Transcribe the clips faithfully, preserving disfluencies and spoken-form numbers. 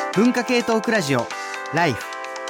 文化系トークラジオライフ。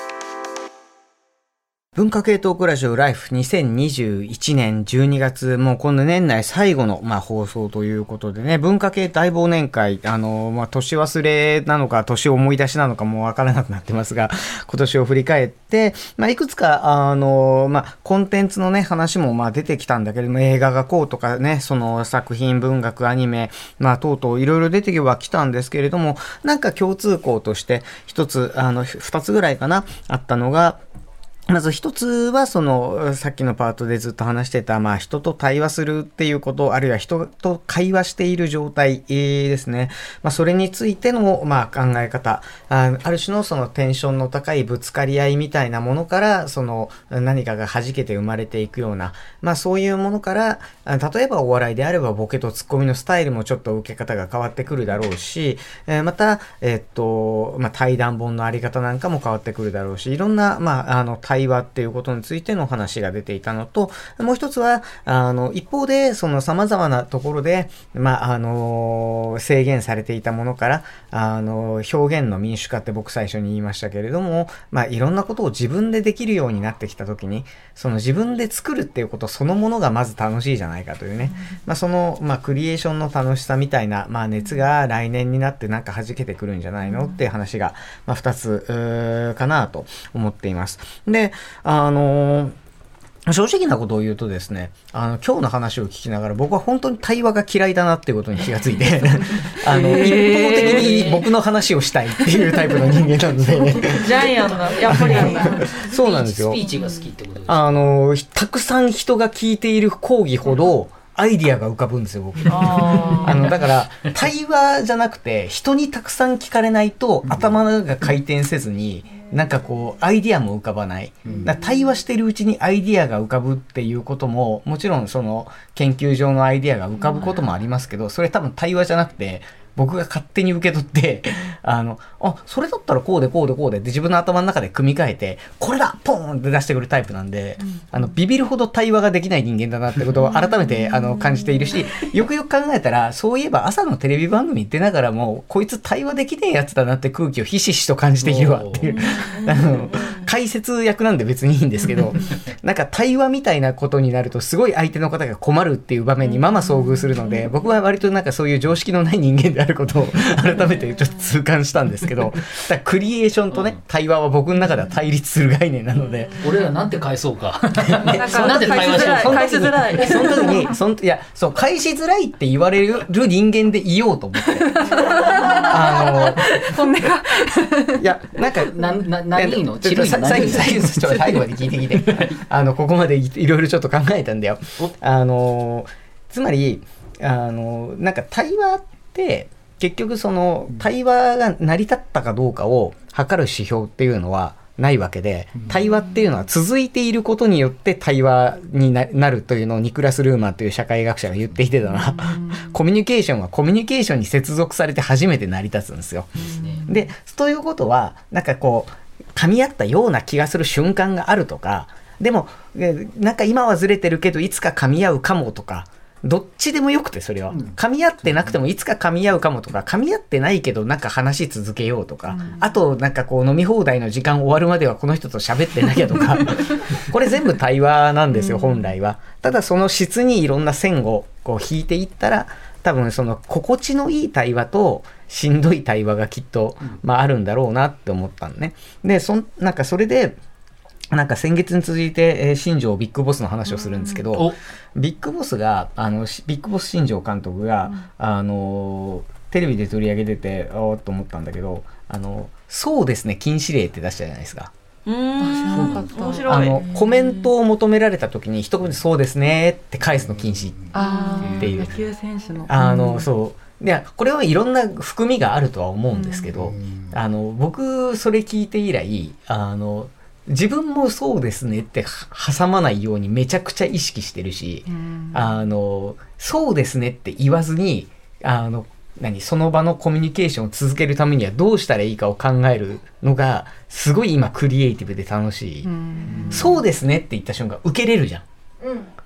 文化系トークラジオライフにせんにじゅういちねんじゅうにがつ、もうこの年内最後の、まあ、放送ということでね、文化系大忘年会、あの、まあ、年忘れなのか年思い出しなのかもうわからなくなってますが、今年を振り返って、まあ、いくつか、あの、まあ、コンテンツのね、話もまあ出てきたんだけれども、映画がこうとかね、その作品、文学、アニメ、まあ、等々いろいろ出てはきたんですけれども、なんか共通項として一つ、あの、二つぐらいかな、あったのが、まず一つはそのさっきのパートでずっと話してた、まあ人と対話するっていうこと、あるいは人と会話している状態ですね。まあそれについてのまあ考え方、ある種のそのテンションの高いぶつかり合いみたいなものから、その何かが弾けて生まれていくような、まあそういうものから、例えばお笑いであればボケとツッコミのスタイルもちょっと受け方が変わってくるだろうし、またえっとまあ対談本のあり方なんかも変わってくるだろうし、いろんなまああの対話っていうことについての話が出ていたのと、もう一つはあの一方でその様々なところでまああの制限されていたものからあの表現の民主化って僕最初に言いましたけれども、まあいろんなことを自分でできるようになってきたときに、その自分で作るっていうことそのものがまず楽しいじゃないかというね、まあそのまあクリエーションの楽しさみたいなまあ熱が来年になってなんか弾けてくるんじゃないのっていう話がまあ二つかなと思っています。で、あのー、正直なことを言うとですね、あの今日の話を聞きながら僕は本当に対話が嫌いだなっていうことに気がついてあの、えー、一方的に僕の話をしたいっていうタイプの人間なのでジャイアンだ、やっぱりなんだそうなんですよ。 スピーチが好きってことですか？ あのたくさん人が聞いている講義ほどアイディアが浮かぶんですよ僕。ああのだから対話じゃなくて人にたくさん聞かれないと頭が回転せずになんかこうアイディアも浮かばない。だから対話しているうちにアイディアが浮かぶっていうことももちろんその研究上のアイディアが浮かぶこともありますけど、それ多分対話じゃなくて僕が勝手に受け取ってあのあそれだったらこうでこうでこうでって自分の頭の中で組み替えてこれだポーンって出してくるタイプなんで、うん、あのビビるほど対話ができない人間だなってことを改めてあの感じているし、よくよく考えたらそういえば朝のテレビ番組ってながらもこいつ対話できねえやつだなって空気をひしひしと感じているわっていうあの解説役なんで別にいいんですけどなんか対話みたいなことになるとすごい相手の方が困るっていう場面にまま遭遇するので、僕は割となんかそういう常識のない人間であることを改めてちょっと痛感したんですけど、だクリエーションとね、対話は僕の中では対立する概念なので、 俺らなんて返そうかなんで対話しよう、返しづらい、 その時にそのいやそう返しづらいって言われる人間でいようと思ってあの本音がいやなんかなな何いいのチルいの最後最後まで聞いてきてあのここまでいろいろちょっと考えたんだよ。あのつまりあのなんか対話って結局その対話が成り立ったかどうかを測る指標っていうのはないわけで、対話っていうのは続いていることによって対話になるというのをニクラス・ルーマンという社会学者が言っていてたなコミュニケーションはコミュニケーションに接続されて初めて成り立つんですよ。でということはなんかこう噛み合ったような気がする瞬間があるとか、でもなんか今はずれてるけどいつか噛み合うかもとか、どっちでもよくて、それは噛み合ってなくてもいつか噛み合うかもとか、噛み合ってないけどなんか話し続けようとか、うん、あとなんかこう飲み放題の時間終わるまではこの人と喋ってなきゃとかこれ全部対話なんですよ本来は。ただその質にいろんな線をこう引いていったら、多分その心地のいい対話としんどい対話がきっと、まあ、あるんだろうなって思ったのね。でそんなんかそれでなんか先月に続いて、えー、新庄ビッグボスの話をするんですけど、ビッグボスがあのビッグボス新庄監督が、うん、あのテレビで取り上げてておーっと思ったんだけど、あのそうですね禁止令って出したじゃないですか。 うーん面白い。 あのコメントを求められた時に一言でそうですねって返すの禁止っていう、 野球選手のあのそういやこれはいろんな含みがあるとは思うんですけど、あの僕それ聞いて以来あの自分もそうですねって挟まないようにめちゃくちゃ意識してるし、あのそうですねって言わずにあの何その場のコミュニケーションを続けるためにはどうしたらいいかを考えるのがすごい今クリエイティブで楽しい。そうですねって言った瞬間受けれるじゃん、うん、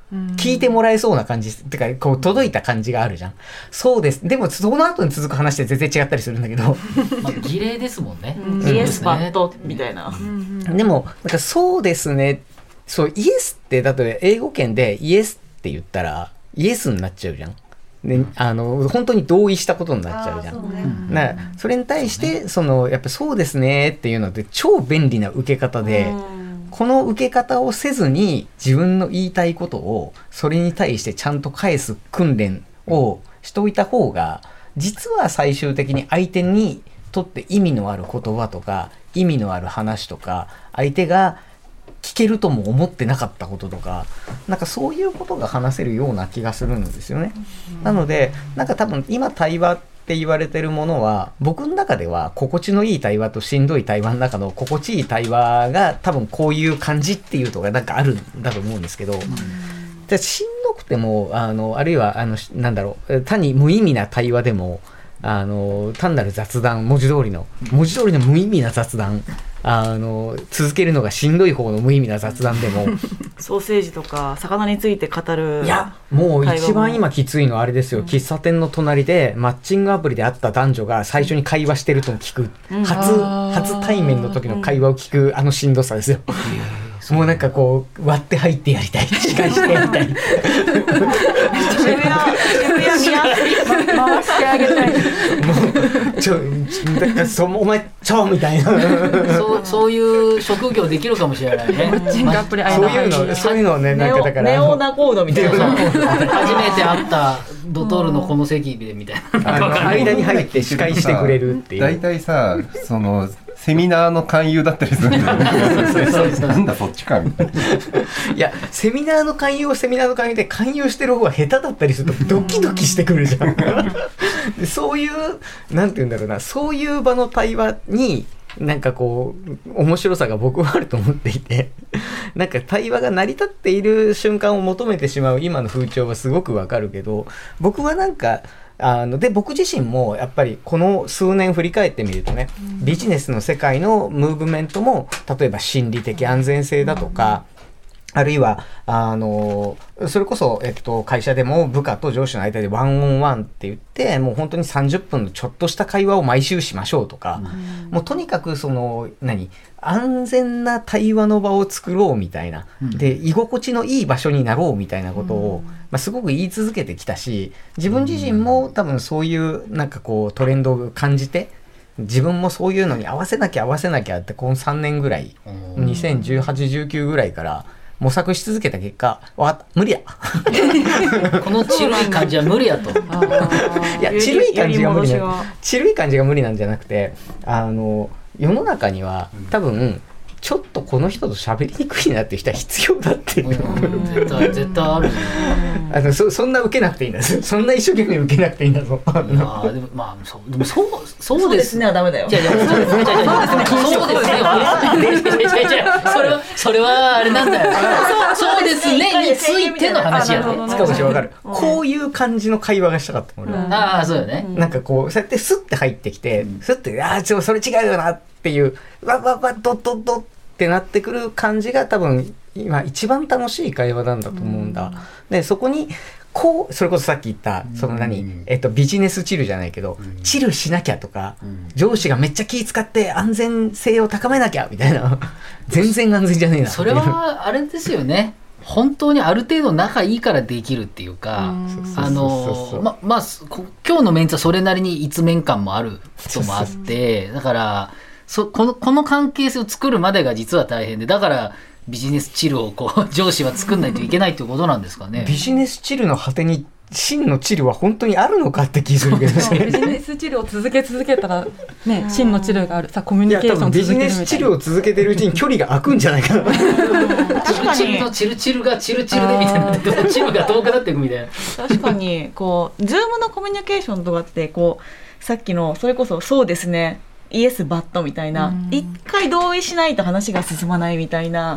聞いてもらえそうな感じってかこう届いた感じがあるじゃん。そうです。でもその後に続く話って全然違ったりするんだけどまあ儀礼ですもんね、 うん、イエスバットみたいな、 うん、でもなんかそうですね、そうイエスってだと英語圏でイエスって言ったらイエスになっちゃうじゃん。であの本当に同意したことになっちゃうじゃん。 そ,、ね、なそれに対してそ、ね、そのやっぱそうですねっていうのって超便利な受け方で、この受け方をせずに自分の言いたいことをそれに対してちゃんと返す訓練をしておいた方が実は最終的に相手にとって意味のある言葉とか意味のある話とか相手が聞けるとも思ってなかったこととかなんかそういうことが話せるような気がするんですよね。なのでなんか多分今対話って言われてるものは僕の中では心地のいい対話としんどい対話の中の心地いい対話が多分こういう感じっていうのがなんかあるんだと思うんですけど、じゃしんどくてもあのあるいはあのなんだろう単に無意味な対話でもあの単なる雑談文字通りの文字通りの無意味な雑談あの続けるのがしんどい方の無意味な雑談でもソーセージとか魚について語る。 いやもう一番今きついのはあれですよ、うん、喫茶店の隣でマッチングアプリで会った男女が最初に会話してると聞く、うん、初, 初対面の時の会話を聞くあのしんどさですよ、うん、もうなんかこう割って入ってやりたい司会してみたい渋谷渋谷に回してあげたいもうちょだからそお前ちょみたいなそう、そういう職業できるかもしれないね。 マッチングアプリそういうのそういうのねなんかだからネオナコードみたいな初めて会ったドトールのこの席でみたいな、 あの間に入って司会してくれるっていう。 大体さそのセミナーの勧誘だったりするんだよねなんだそっちかみたいな。 いやセミナーの勧誘をセミナーの勧誘で勧誘してる方が下手だったりするとドキドキしてくるじゃんでそういうなんて言うんだろうな、そういう場の対話になんかこう面白さが僕はあると思っていてなんか対話が成り立っている瞬間を求めてしまう今の風潮はすごくわかるけど、僕はなんかあので僕自身もやっぱりこの数年振り返ってみるとね、ビジネスの世界のムーブメントも例えば心理的安全性だとか、あるいはあのそれこそ、えっと、会社でも部下と上司の間でワンオンワンって言ってもう本当にさんじゅっぷんのちょっとした会話を毎週しましょうとか、うん、もうとにかくその何安全な対話の場を作ろうみたいな、うん、で居心地のいい場所になろうみたいなことを、うんまあ、すごく言い続けてきたし、自分自身も多分そういうなんかこうトレンドを感じて自分もそういうのに合わせなきゃ合わせなきゃってこのさんねんぐらい、うん、にせんじゅうはち、じゅうきゅうぐらいから模索し続けた結果、わかった無理やこのチルい感じは無理やといやチルい感じが無理なチルい感じが無理なんじゃなくて、あの世の中には多分ちょっとこの人と喋りにくいなっていう人は必要だっていう、 うん、絶対絶対ある、ね、 あの そ, そんな受けなくていいんだそんな一生懸命受けなくていいんだぞあでもまあそうでもそうそうですねはダメだよ。 じゃじゃそうですねそうですねそれはそれはあれなんだよそうですねについての話やね。 つかもし分かる、うん、こういう感じの会話がしたかった俺は、 うん、ああそうよね、 なんかこうそうやってスッて入ってきて、うん、スッてああちょそれ違うよなっていうわわわドッドッドッってなってくる感じが多分今一番楽しい会話なんだと思うんだ、うん、でそこにこうそれこそさっき言ったその何、うんえっと、ビジネスチルじゃないけど、うん、チルしなきゃとか、うん、上司がめっちゃ気使って安全性を高めなきゃみたいな全然安全じゃねえなっていう。 それはあれですよね、本当にある程度仲いいからできるっていうか、あのままあ今日のメンツはそれなりに一面感もある人もあってだからそ こ, のこの関係性を作るまでが実は大変で、だからビジネスチルをこう上司は作んないといけないっていうことなんですかね。 ビジネスチルの果てに真のチルは本当にあるのかって気するけどね。 ビジネスチルを続け続けたらね真のチルがあるさ、コミュニケーションを続けるみたいな。 ビジネスチルを続けてるうちに距離が空くんじゃないかな確かにチルチルとチルチルがチルチルでみたいなチルが遠くなっていくみたいな。 確かにこうズームのコミュニケーションとかってこうさっきのそれこそそうですねイエスバットみたいな、一回同意しないと話が進まないみたいな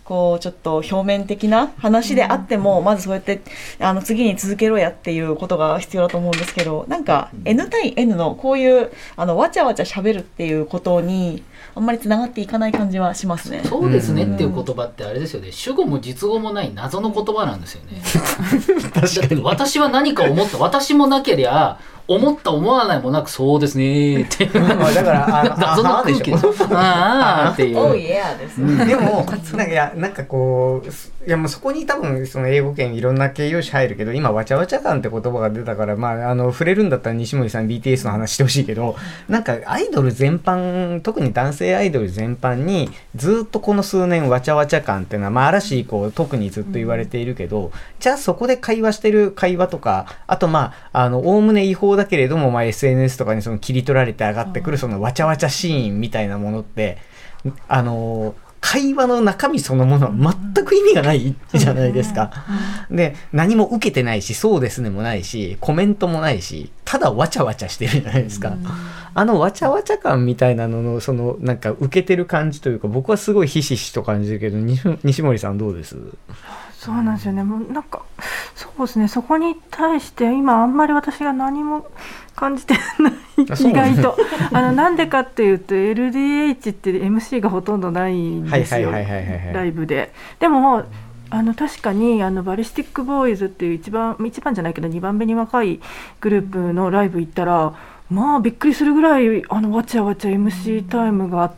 こうちょっと表面的な話であっても、まずそうやってあの次に続けろやっていうことが必要だと思うんですけど、なんか N 対 N のこういうあのわちゃわちゃ喋るっていうことにあんまりつながっていかない感じはしますね。 そうですねっていう言葉ってあれですよね、主語も実語もない謎の言葉なんですよね。確かに私は何か思った、私もなけりゃ思った思わないもなくそうですねっていうだからあの謎の空気でしょああっていう。 おーイエーですね。 でもなんかいやなんかこういやもうそこに多分その英語圏いろんな形容詞入るけど、今わちゃわちゃ感って言葉が出たから、まああの触れるんだったら西森さん ビーティーエス の話してほしいけど、なんかアイドル全般、特に男性アイドル全般にずっとこの数年わちゃわちゃ感っていうのは、まあ嵐以降特にずっと言われているけど、うん、じゃあそこで会話してる会話とか、あとまああのおおむね違法だけれども、まあ エスエヌエス とかにその切り取られて上がってくるそのわちゃわちゃシーンみたいなものって、あの会話の中身そのものは全く意味がないじゃないですか。で、何も受けてないし、そうですねもないし、コメントもないし、ただわちゃわちゃしてるじゃないですか。あのわちゃわちゃ感みたいなののそのなんか受けてる感じというか、僕はすごいひしひしと感じるけど、西森さんどうです？ そうなんですよね。もうなんかそうですね。そこに対して今あんまり私が何も感じてない意外とあのなんでかっていうと エルディーエイチ って エムシー がほとんどないんですよ、ライブで。でもあの確かにあのバリスティックボーイズっていう一番一番じゃないけどにばんめに若いグループのライブ行ったら、まあびっくりするぐらいあのわちゃわちゃ エムシー タイムがあって、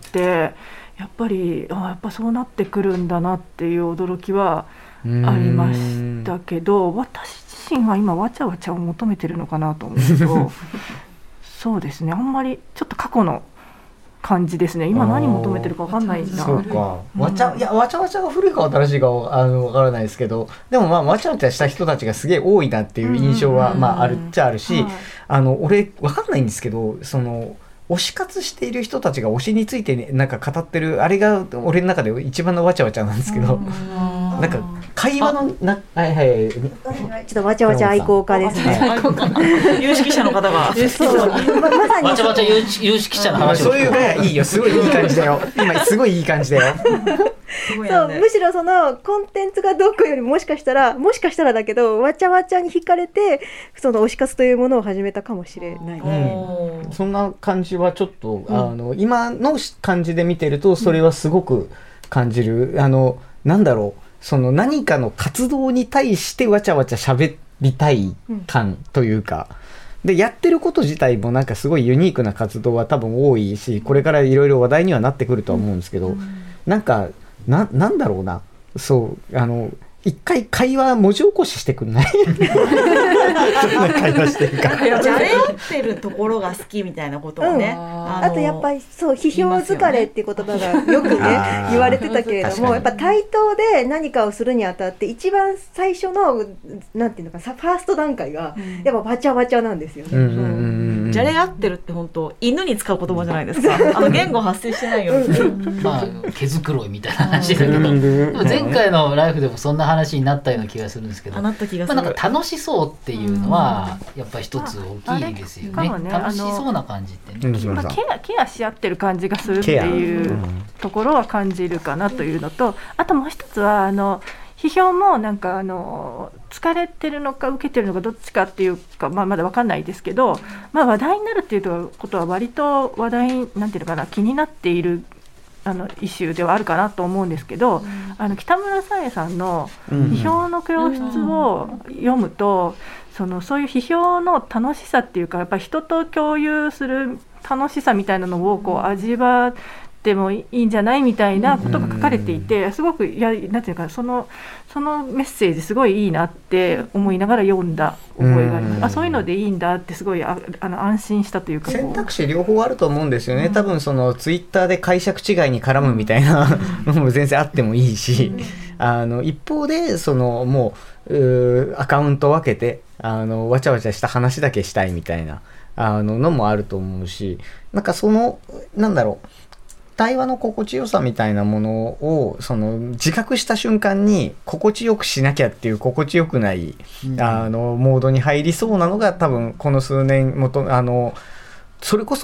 やっぱりあやっぱそうなってくるんだなっていう驚きはありましたけど、私自身は今わちゃわちゃを求めてるのかなと思うとそうですね、あんまりちょっと過去の感じですね。今何求めてるか分かんないな。 そうか、わちゃいやわちゃわちゃが古いか新しいかはあの分からないですけど、でもまあわちゃわちゃした人たちがすげえ多いなっていう印象は、まああるっちゃあるし、はい、あの俺分かんないんですけど、その推し活している人たちが推しについて、ね、なんか語ってるあれが俺の中で一番のわちゃわちゃなんですけど、なんか会話のなはいはいちょっとわちゃわちゃ愛好家ですね。 有識者の方がそうま, まさにわちゃわちゃ有識者の話をそういうねいいよ、すごいいい感じだよ。今すごいいい感じだよ。 そうむしろそのコンテンツがどうこうよりもしかしたらもしかしたらだけどわちゃわちゃに惹かれてその推し活というものを始めたかもしれない、 うん、そんな感じはちょっと、うん、あの今の感じで見てるとそれはすごく感じる、うん、あのなんだろう、その何かの活動に対してわちゃわちゃ喋りたい感というか、うん、でやってること自体もなんかすごいユニークな活動は多分多いし、これからいろいろ話題にはなってくるとは思うんですけど、うん、なんかな, なんだろうな、そうあの一回会話文字起こししてくんないどんな会話してるかじゃれ合ってるところが好きみたいなことをね、うん、 あ, あとやっぱりそう批評疲れっていう言葉がよくね言われてたけれども、やっぱ対等で何かをするにあたって一番最初のなんていうのかファースト段階がやっぱわちゃわちゃなんですよね、うんうんうん、じゃれ合ってるって本当犬に使う言葉じゃないですかあの言語発生してないようにまあ毛づくろいみたいな話だけどでも前回のライフでもそんな話になったような気がするんですけど、 まあ、なんか楽しそうっていうのはやっぱり一つ大きいですよね、ね、楽しそうな感じってね、 まあ、ケア、ケアし合ってる感じがするっていうところは感じるかなというのと、あともう一つはあの批評もなんかあの疲れてるのか受けてるのかどっちかっていうか、まあ、まだ分かんないですけど、まあ、話題になるっていうことは割と話題なんていうのかな気になっているあのイシューではあるかなと思うんですけど、うん、あの北村沙絵さんの批評の教室を読むと、うん、そのそういう批評の楽しさっていうかやっぱり人と共有する楽しさみたいなのをこう味わってもいいんじゃないみたいなことが書かれていて、すごくいやなんていうかそのそのメッセージすごいいいなって思いながら読んだ覚えがあります。あ、そういうのでいいんだってすごい あ, あの安心したというか、 選択肢両方あると思うんですよね、うん、多分そのツイッターで解釈違いに絡むみたいなのも全然あってもいいし、うん、あの一方でそのもう、うアカウント分けてあのわちゃわちゃした話だけしたいみたいなあののもあると思うし、なんかそのなんだろう対話の心地よさみたいなものをその自覚した瞬間に心地よくしなきゃっていう心地よくない、うん、あのモードに入りそうなのが多分この数年もとあのそれこそ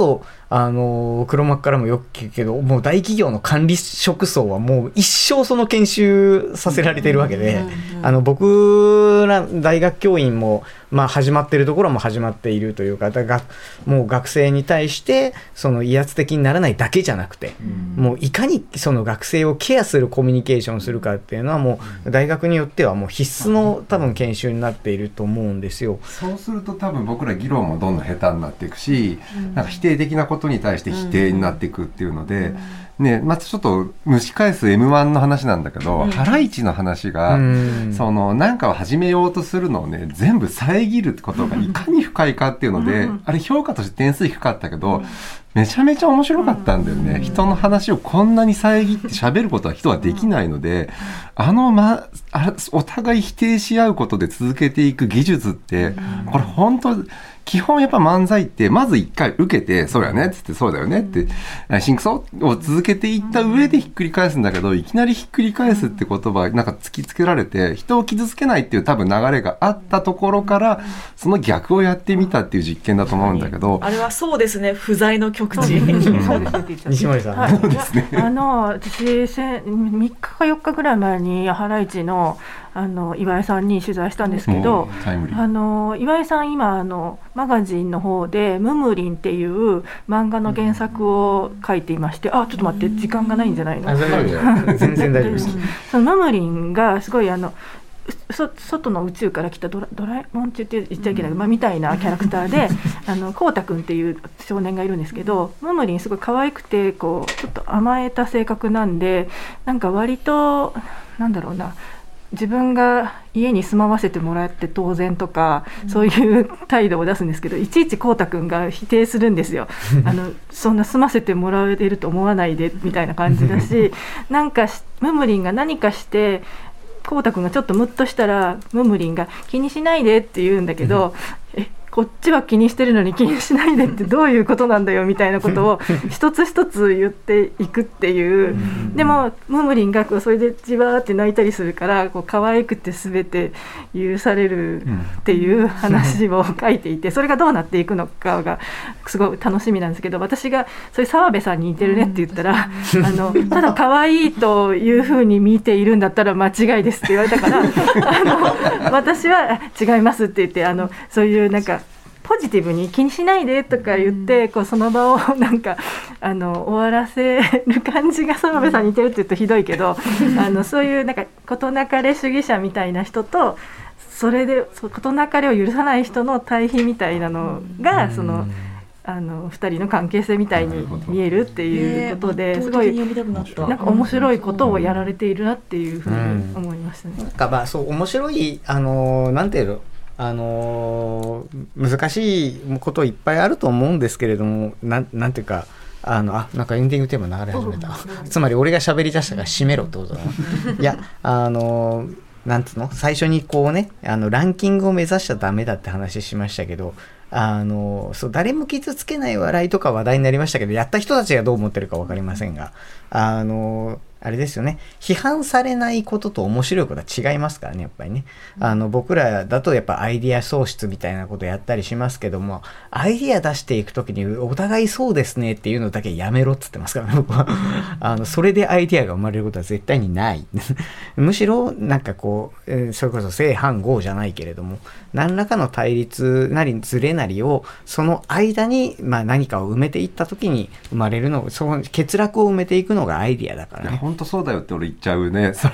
あの黒幕からもよく聞くけど、もう大企業の管理職層はもう一生その研修させられているわけで、あの僕ら大学教員もまあ始まっているところも始まっているというか、だがもう学生に対してその威圧的にならないだけじゃなくて、もういかにその学生をケアするコミュニケーションをするかっていうのはもう大学によってはもう必須の多分研修になっていると思うんですよ。 そうすると多分僕ら議論もどんどん下手になっていくし、なんか否定的なことに対して否定になっていくっていうので、ね、またちょっと蒸し返す エムワン の話なんだけど、ハライチの話が、そのなんかを始めようとするのをね全部遮ることがいかに深いかっていうので、あれ評価として点数低かったけど、めちゃめちゃ面白かったんだよね。人の話をこんなに遮って喋ることは人はできないので、あの、ま、あお互い否定し合うことで続けていく技術って、これ本当基本やっぱ漫才ってまず一回受けて、そうやねっつって、そうだよねってシンクソを続けていった上でひっくり返すんだけど、いきなりひっくり返すって言葉なんか突きつけられて、人を傷つけないっていう多分流れがあったところから、その逆をやってみたっていう実験だと思うんだけど、 あれはそうですね、不在の極地。 西森さん、 はい、そうですね。あの私せみっかかよっかぐらい前にハライチのあの岩井さんに取材したんですけど、あの岩井さん今あのマガジンの方でムムリンっていう漫画の原作を書いていまして、あちょっと待って時間がないんじゃないの？ 全然大丈夫です。 そのムムリンがすごいあのそ外の宇宙から来たドラ、ドラえもんって言って言っちゃいけない、まあ、みたいなキャラクターであのコウタ君っていう少年がいるんですけど、ムムリンすごい可愛くてこうちょっと甘えた性格なんで、なんか割となんだろうな、自分が家に住まわせてもらって当然とか、そういう態度を出すんですけど、いちいちコウタ君が否定するんですよ。あのそんな住ませてもらえると思わないでみたいな感じだし、なんかムムリンが何かしてコウタ君がちょっとムッとしたらムムリンが気にしないでって言うんだけど、えこっちは気にしてるのに気にしないでってどういうことなんだよみたいなことを一つ一つ言っていくっていう。でもムムリンがこうそれでじわーって泣いたりするから、こう可愛くて全て許されるっていう話を書いていて、それがどうなっていくのかがすごい楽しみなんですけど、私がそれ澤部さんに似てるねって言ったら、あのただ可愛いというふうに見ているんだったら間違いですって言われたから、あの私は違いますって言って、あのそういうなんかポジティブに気にしないでとか言って、こうその場をなんかあの終わらせる感じが澤部さんに似てるって言うとひどいけど、あのそういうなんか事なかれ主義者みたいな人と、それで事なかれを許さない人の対比みたいなのがそのあのふたりの関係性みたいに見えるっていうことで、すごいなんか面白いことをやられているなっていうふうに思いましたね。 なんかまあそう面白い、あのなんていうの、あのー、難しいこといっぱいあると思うんですけれども、な ん, なんていうかあのあなんかエンディングテーマ流れ始めたつまり俺が喋り出したから締めろってことだないやあのー、なんつうの、最初にこうね、あのランキングを目指しちゃダメだって話しましたけど、あのそう誰も傷つけない笑いとか話題になりましたけど、やった人たちがどう思ってるか分かりませんが、あのあれですよね、批判されないことと面白いことは違いますからね、やっぱりね。あの僕らだとやっぱアイディア創出みたいなことやったりしますけども、アイディア出していくときにお互いそうですねっていうのだけやめろっつってますからね、僕は。あのそれでアイディアが生まれることは絶対にない。むしろなんかこう、えー、それこそ正反合じゃないけれども、何らかの対立なりズレなりをその間に、まあ、何かを埋めていったときに生まれるの、その欠落を埋めていくのがアイディアだからね。 本当そうだよって俺言っちゃうね。それ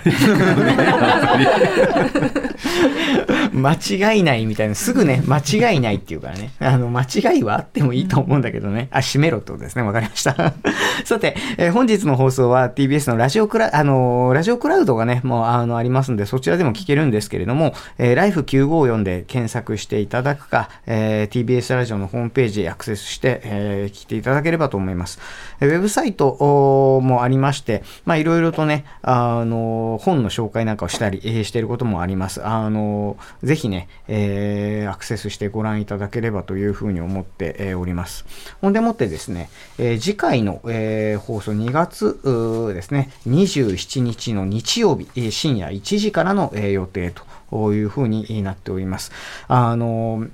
間違いないみたいな、すぐね間違いないっていうからね、あの間違いはあってもいいと思うんだけどね。あ、閉めろってことですね。わかりましたさて、えー、本日の放送は ティービーエス のラジオクラ、あのー、ラジオクラウドがねもうあのありますんで、そちらでも聞けるんですけれども、えー、ライフきゅうごよんで検索していただくか、えー、ティービーエス ラジオのホームページへアクセスして、えー、聞いていただければと思います。ウェブサイトもありまして、まあいろいろとね、あの本の紹介なんかをしたり、えー、していることもあります。あのぜひね、えー、アクセスしてご覧いただければというふうに思って、えー、おります。ほんでもってですね、えー、次回の、えー、放送にがつですね、にじゅうしちにちの日曜日、えー、深夜いちじからの、えー、予定というふうになっております。あの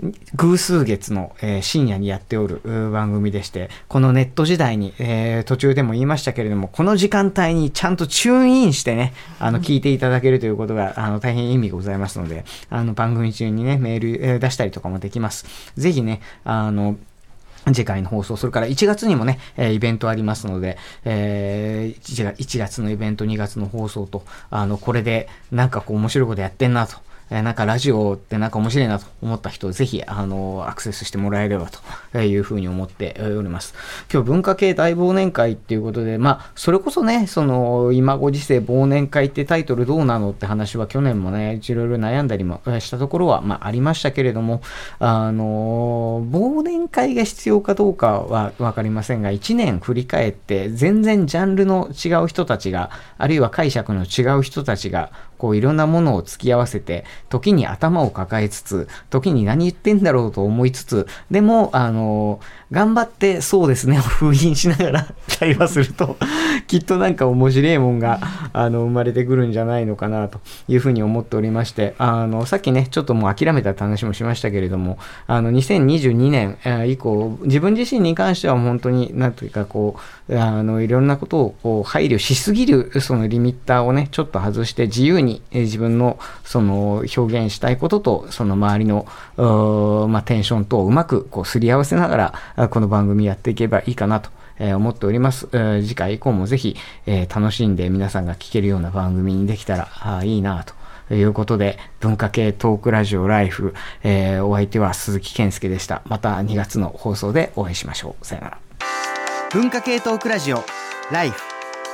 偶数月の、えー、深夜にやっておる番組でして、このネット時代に、えー、途中でも言いましたけれども、この時間帯にちゃんとチューンインしてね、あの聞いていただけるということがあの大変意味がございますので、あの番組中にねメール、えー、出したりとかもできます。ぜひね、あの次回の放送、それからいちがつにもね、えー、イベントありますので、えー、いちがつのイベント、にがつの放送と、あのこれでなんかこう面白いことやってんなと、なんかラジオってなんか面白いなと思った人、ぜひ、あの、アクセスしてもらえればというふうに思っております。今日文化系大忘年会っていうことで、まあ、それこそね、その、今ご時世忘年会ってタイトルどうなのって話は去年もね、いろいろ悩んだりもしたところは、まあ、ありましたけれども、あの、忘年会が必要かどうかはわかりませんが、いちねん振り返って、全然ジャンルの違う人たちが、あるいは解釈の違う人たちが、こういろんなものを突き合わせて、時に頭を抱えつつ、時に何言ってんだろうと思いつつ、でも、あの、頑張ってそうですねを封印しながら対話すると、きっとなんか面白いもんが、あの、生まれてくるんじゃないのかなというふうに思っておりまして、あの、さっきね、ちょっともう諦めたって話もしましたけれども、あの、にせんにじゅうにねん以降、自分自身に関しては本当になんというかこう、あの、いろんなことをこう配慮しすぎる、そのリミッターをね、ちょっと外して自由に自分のその表現したいこととその周りの、まあ、テンションとをうまくこうすり合わせながらこの番組やっていけばいいかなと思っております。次回以降もぜひ楽しんで皆さんが聞けるような番組にできたらいいなとということで、文化系トークラジオライフ、えー、お相手は鈴木健介でした。またにがつの放送でお会いしましょう。さよなら。 文化系トークラジオライフ、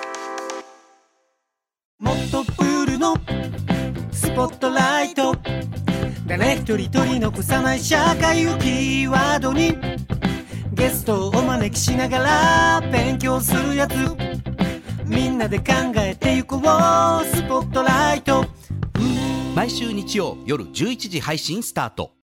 もっとプールのスポットライト、誰一人取り残さない社会をキーワードにゲストをお招きしながら勉強するやつ、みんなで考えてゆこうスポットライト。 毎週日曜夜じゅういちじ配信スタート。